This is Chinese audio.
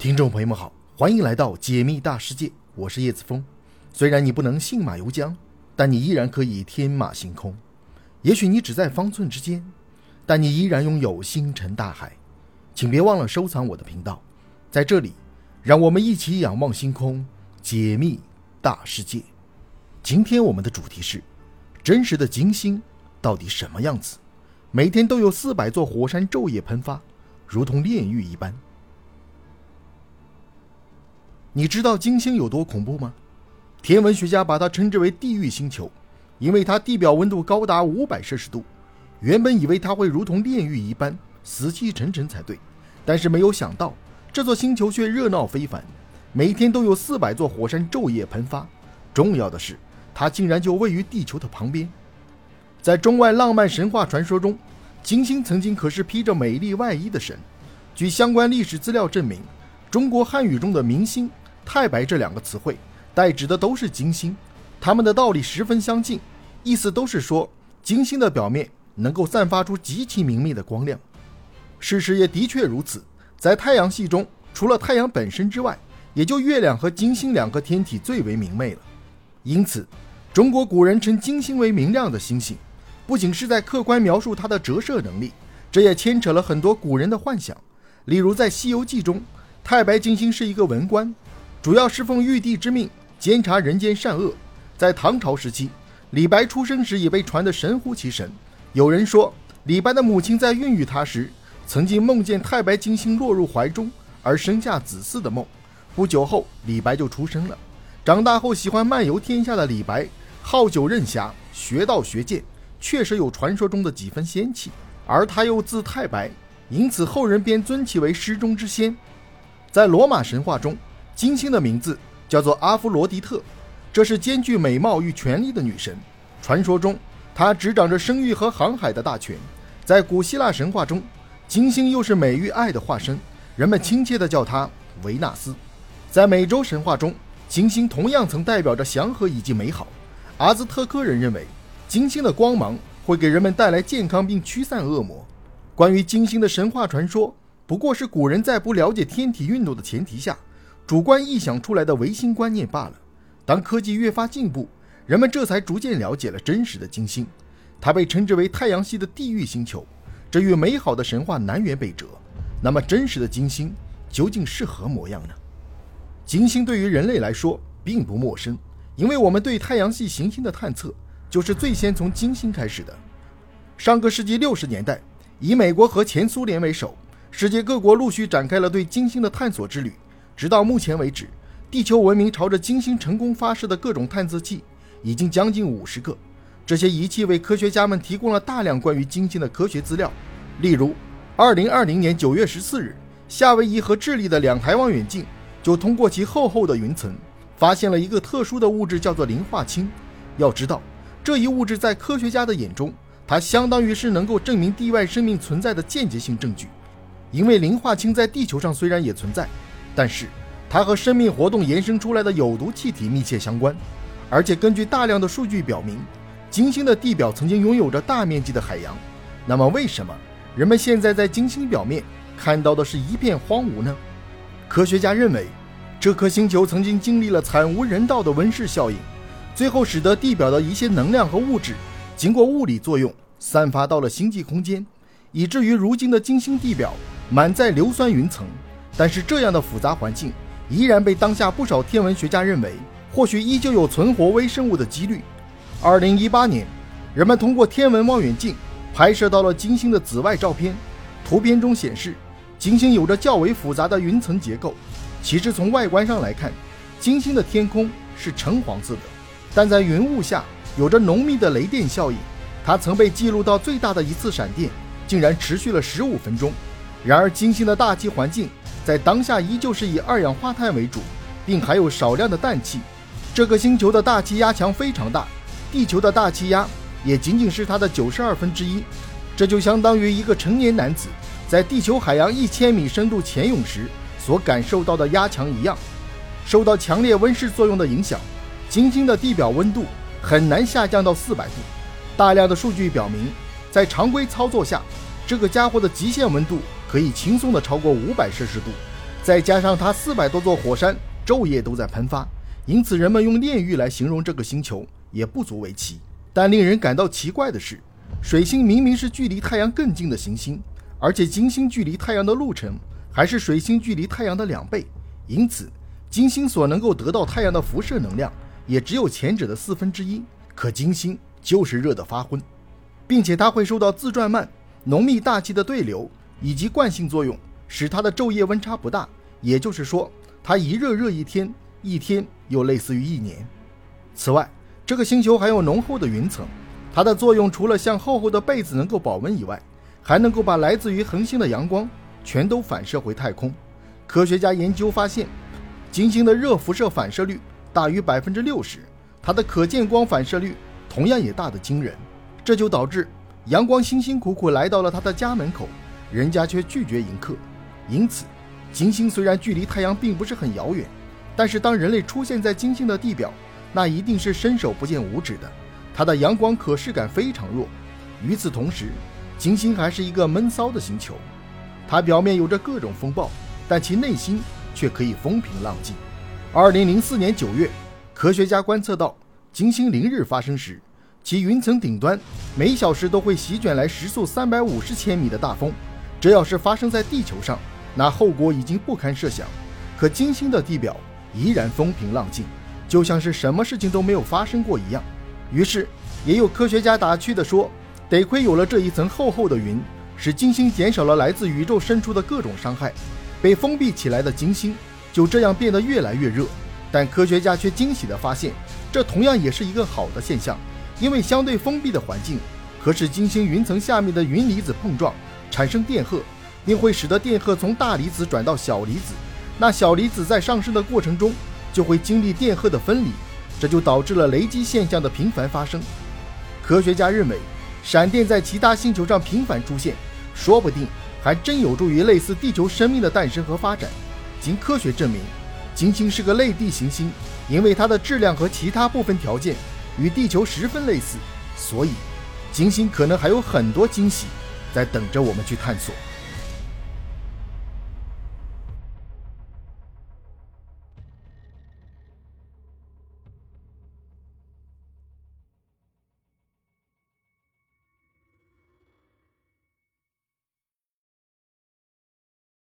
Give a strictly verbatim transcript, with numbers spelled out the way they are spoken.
听众朋友们好，欢迎来到解密大世界，我是叶子峰。虽然你不能信马由缰，但你依然可以天马行空。也许你只在方寸之间，但你依然拥有星辰大海。请别忘了收藏我的频道，在这里让我们一起仰望星空，解密大世界。今天我们的主题是真实的金星到底什么样子？每天都有四百座火山昼夜喷发，如同炼狱一般。你知道金星有多恐怖吗？天文学家把它称之为地狱星球，因为它地表温度高达五百摄氏度。原本以为它会如同炼狱一般死气沉沉才对，但是没有想到这座星球却热闹非凡，每天都有四百座火山昼夜喷发。重要的是，它竟然就位于地球的旁边。在中外浪漫神话传说中，金星曾经可是披着美丽外衣的神。据相关历史资料证明，中国汉语中的明星、太白这两个词汇代指的都是金星，它们的道理十分相近，意思都是说金星的表面能够散发出极其明媚的光亮。事实也的确如此，在太阳系中，除了太阳本身之外，也就月亮和金星两个天体最为明媚了。因此中国古人称金星为明亮的星星，不仅是在客观描述它的折射能力，这也牵扯了很多古人的幻想。例如在《西游记》中，太白金星是一个文官，主要是奉玉帝之命监察人间善恶。在唐朝时期，李白出生时也被传得神乎其神。有人说，李白的母亲在孕育他时，曾经梦见太白金星落入怀中，而生下子嗣的梦。不久后，李白就出生了。长大后喜欢漫游天下的李白，好酒任侠，学道学剑，确实有传说中的几分仙气。而他又字太白，因此后人便尊其为诗中之仙。在罗马神话中，金星的名字叫做阿芙罗狄特，这是兼具美貌与权力的女神。传说中，她执掌着生育和航海的大权。在古希腊神话中，金星又是美与爱的化身，人们亲切地叫她维纳斯。在美洲神话中，金星同样曾代表着祥和以及美好。阿兹特克人认为，金星的光芒会给人们带来健康并驱散恶魔。关于金星的神话传说，不过是古人在不了解天体运动的前提下，主观臆想出来的唯心观念罢了。当科技越发进步，人们这才逐渐了解了真实的金星。它被称之为太阳系的地狱星球，这与美好的神话南辕北辙。那么真实的金星究竟是何模样呢？金星对于人类来说并不陌生，因为我们对太阳系行星的探测就是最先从金星开始的。上个世纪六十年代，以美国和前苏联为首，世界各国陆续展开了对金星的探索之旅。直到目前为止，地球文明朝着金星成功发射的各种探测器已经将近五十个。这些仪器为科学家们提供了大量关于金星的科学资料。例如二零二零年九月十四日，夏威夷和智利的两台望远镜就通过其厚厚的云层发现了一个特殊的物质，叫做磷化氢。要知道，这一物质在科学家的眼中，它相当于是能够证明地外生命存在的间接性证据。因为磷化氢在地球上虽然也存在，但是它和生命活动延伸出来的有毒气体密切相关。而且根据大量的数据表明，金星的地表曾经拥有着大面积的海洋。那么为什么人们现在在金星表面看到的是一片荒芜呢？科学家认为，这颗星球曾经经历了惨无人道的温室效应，最后使得地表的一些能量和物质经过物理作用散发到了星际空间，以至于如今的金星地表满载硫酸云层。但是这样的复杂环境依然被当下不少天文学家认为，或许依旧有存活微生物的几率。二零一八年，人们通过天文望远镜拍摄到了金星的紫外照片。图片中显示，金星有着较为复杂的云层结构。其实从外观上来看，金星的天空是橙黄色的，但在云雾下有着浓密的雷电效应。它曾被记录到最大的一次闪电竟然持续了十五分钟。然而金星的大气环境在当下依旧是以二氧化碳为主，并含有少量的氮气。这个星球的大气压强非常大，地球的大气压也仅仅是它的九十二分之一，这就相当于一个成年男子在地球海洋一千米深度潜泳时所感受到的压强一样。受到强烈温室作用的影响，金星的地表温度很难下降到四百度。大量的数据表明，在常规操作下，这个家伙的极限温度可以轻松的超过五百摄氏度， 再加上它四百多座火山昼夜都在喷发，因此人们用炼狱来形容这个星球也不足为奇。但令人感到奇怪的是，水星明明是距离太阳更近的行星，而且金星距离太阳的路程还是水星距离太阳的两倍，因此金星所能够得到太阳的辐射能量也只有前者的四分之一。可金星就是热得发昏，并且它会受到自转慢、浓密大气的对流以及惯性作用，使它的昼夜温差不大，也就是说它一热热一天，一天又类似于一年。此外，这个星球还有浓厚的云层，它的作用除了像厚厚的被子能够保温以外，还能够把来自于恒星的阳光全都反射回太空。科学家研究发现，金星的热辐射反射率大于 百分之六十， 它的可见光反射率同样也大得惊人。这就导致阳光辛辛苦苦来到了它的家门口，人家却拒绝迎客。因此金星虽然距离太阳并不是很遥远，但是当人类出现在金星的地表，那一定是伸手不见五指的，它的阳光可视感非常弱。与此同时，金星还是一个闷骚的星球，它表面有着各种风暴，但其内心却可以风平浪静。二零零四年九月，科学家观测到金星凌日发生时，其云层顶端每小时都会席卷来时速三百五十千米的大风。这要是发生在地球上，那后果已经不堪设想。可金星的地表依然风平浪静，就像是什么事情都没有发生过一样。于是也有科学家打趣地说，得亏有了这一层厚厚的云，使金星减少了来自宇宙深处的各种伤害。被封闭起来的金星就这样变得越来越热。但科学家却惊喜地发现，这同样也是一个好的现象，因为相对封闭的环境可使金星云层下面的云离子碰撞，产生电荷，并会使得电荷从大离子转到小离子。那小离子在上升的过程中就会经历电荷的分离，这就导致了雷击现象的频繁发生。科学家认为，闪电在其他星球上频繁出现，说不定还真有助于类似地球生命的诞生和发展。经科学证明，金星是个类地行星，因为它的质量和其他部分条件与地球十分类似，所以金星可能还有很多惊喜在等着我们去探索。